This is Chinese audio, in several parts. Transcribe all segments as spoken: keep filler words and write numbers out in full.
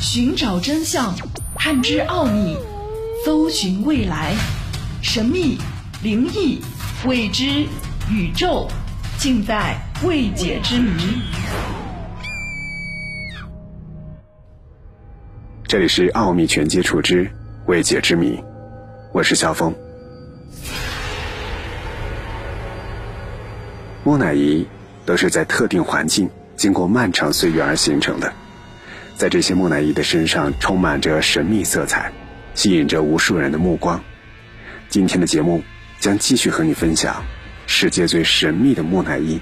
寻找真相，探知奥秘，搜寻未来，神秘、灵异、未知、宇宙，尽在未解之谜。 这里是奥秘全接触之未解之谜，我是肖峰。木乃伊都是在特定环境经过漫长岁月而形成的，在这些木乃伊的身上充满着神秘色彩，吸引着无数人的目光。今天的节目将继续和你分享世界最神秘的木乃伊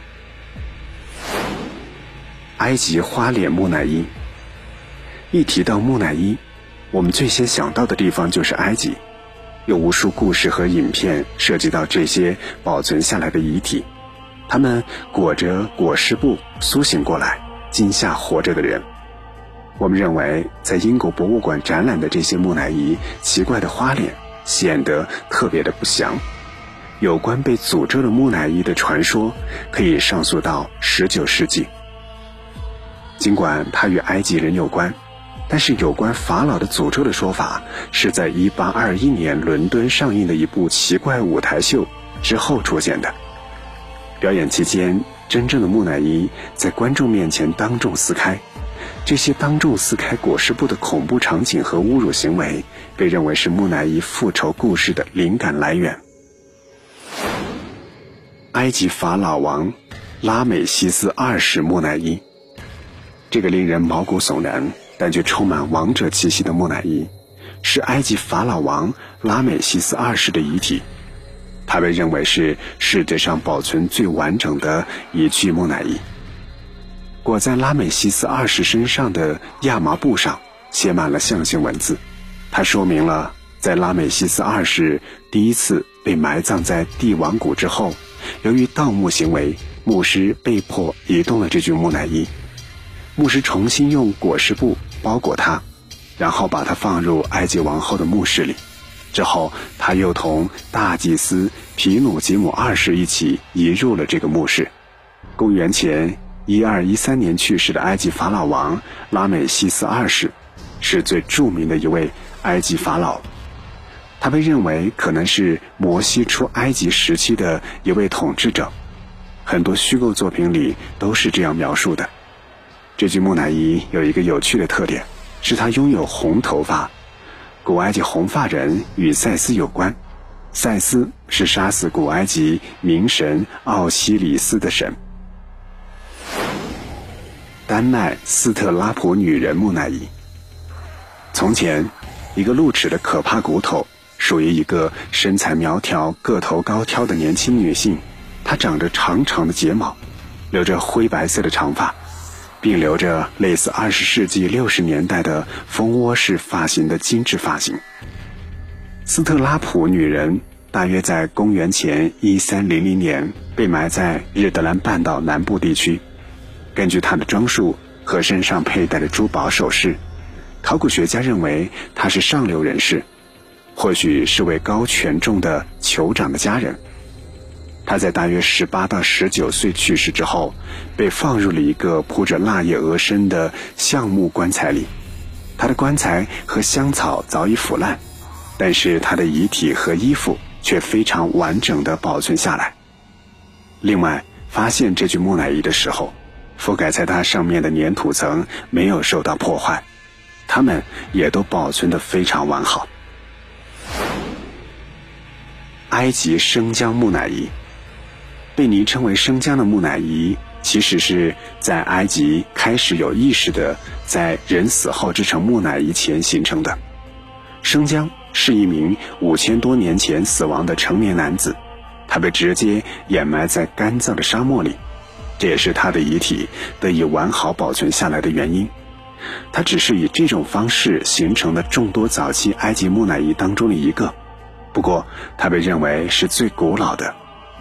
——埃及花脸木乃伊。一提到木乃伊，我们最先想到的地方就是埃及，有无数故事和影片涉及到这些保存下来的遗体，他们裹着裹尸布苏醒过来，惊吓活着的人。我们认为在英国博物馆展览的这些木乃伊奇怪的花脸显得特别的不祥。有关被诅咒的木乃伊的传说可以上溯到十九世纪，尽管它与埃及人有关，但是有关法老的诅咒的说法是在一八二一年伦敦上映的一部奇怪舞台秀之后出现的。表演期间，真正的木乃伊在观众面前当众撕开，这些当众撕开裹尸布的恐怖场景和侮辱行为被认为是木乃伊复仇故事的灵感来源。埃及法老王拉美西斯二世木乃伊，这个令人毛骨悚然但却充满王者气息的木乃伊是埃及法老王拉美西斯二世的遗体，它被认为是世界上保存最完整的一具木乃伊。裹在拉美西斯二世身上的亚麻布上写满了象形文字，它说明了在拉美西斯二世第一次被埋葬在帝王谷之后，由于盗墓行为，牧师被迫移动了这具木乃伊。牧师重新用裹尸布包裹它，然后把它放入埃及王后的墓室里。之后他又同大祭司皮努吉姆二世一起移入了这个墓室。公元前一二一三年去世的埃及法老王拉美西斯二世是最著名的一位埃及法老，他被认为可能是摩西出埃及时期的一位统治者，很多虚构作品里都是这样描述的。这具木乃伊有一个有趣的特点，是他拥有红头发。古埃及红发人与赛斯有关，赛斯是杀死古埃及冥神奥西里斯的神。丹麦斯特拉普女人木乃伊。从前，一个露齿的可怕骨头属于一个身材苗条、个头高挑的年轻女性，她长着长长的睫毛，留着灰白色的长发，并留着类似二十世纪六十年代的蜂窝式发型的精致发型。斯特拉普女人大约在公元前一三零零年被埋在日德兰半岛南部地区。根据她的装束和身上佩戴的珠宝首饰，考古学家认为她是上流人士，或许是位高权重的酋长的家人。他在大约十八到十九岁去世之后，被放入了一个铺着蜡叶鹅身的橡木棺材里。他的棺材和香草早已腐烂，但是他的遗体和衣服却非常完整地保存下来。另外，发现这具木乃伊的时候，覆盖在它上面的粘土层没有受到破坏，它们也都保存得非常完好。埃及生姜木乃伊。被昵称为生姜的木乃伊，其实是在埃及开始有意识的在人死后制成木乃伊前形成的。生姜是一名五千多年前死亡的成年男子，他被直接掩埋在干燥的沙漠里，这也是他的遗体得以完好保存下来的原因。他只是以这种方式形成的众多早期埃及木乃伊当中的一个，不过他被认为是最古老的。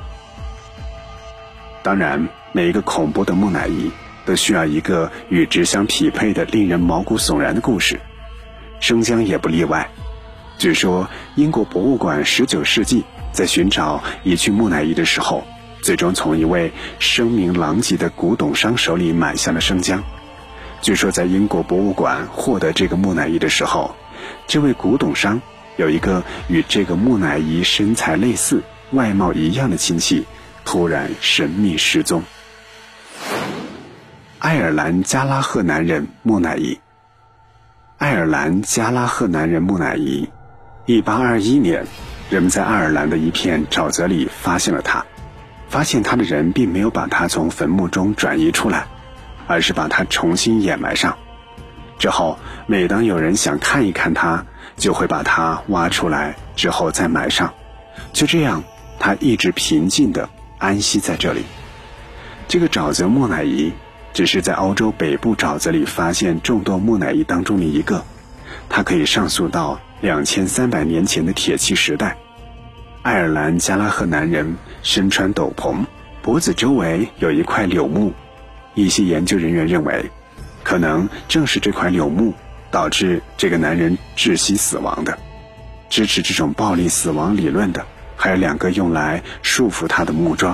当然，每一个恐怖的木乃伊都需要一个与之相匹配的令人毛骨悚然的故事，生姜也不例外。据说英国博物馆十九世纪在寻找一具木乃伊的时候，最终从一位声名狼藉的古董商手里买下了生姜。 据说在英国博物馆获得这个木乃伊的时候，这位古董商有一个与这个木乃伊身材类似、外貌一样的亲戚突然神秘失踪。爱尔兰加拉赫男人木乃伊。爱尔兰加拉赫男人木乃伊，一八二一年，人们在爱尔兰的一片沼泽里发现了他。发现他的人并没有把他从坟墓中转移出来，而是把他重新掩埋上。之后，每当有人想看一看他，就会把他挖出来，之后再埋上。就这样，他一直平静地安息在这里。这个沼泽木乃伊只是在欧洲北部沼泽里发现众多木乃伊当中的一个，它可以上溯到两千三百年前的铁器时代。爱尔兰加拉赫男人身穿斗篷，脖子周围有一块柳木。一些研究人员认为，可能正是这块柳木导致这个男人窒息死亡的。支持这种暴力死亡理论的还有两个用来束缚他的木桩。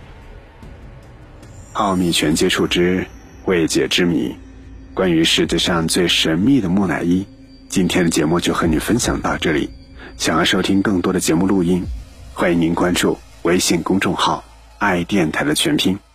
奥秘全接触之未解之谜，关于世界上最神秘的木乃伊，今天的节目就和你分享到这里。想要收听更多的节目录音，欢迎您关注微信公众号爱电台的全拼。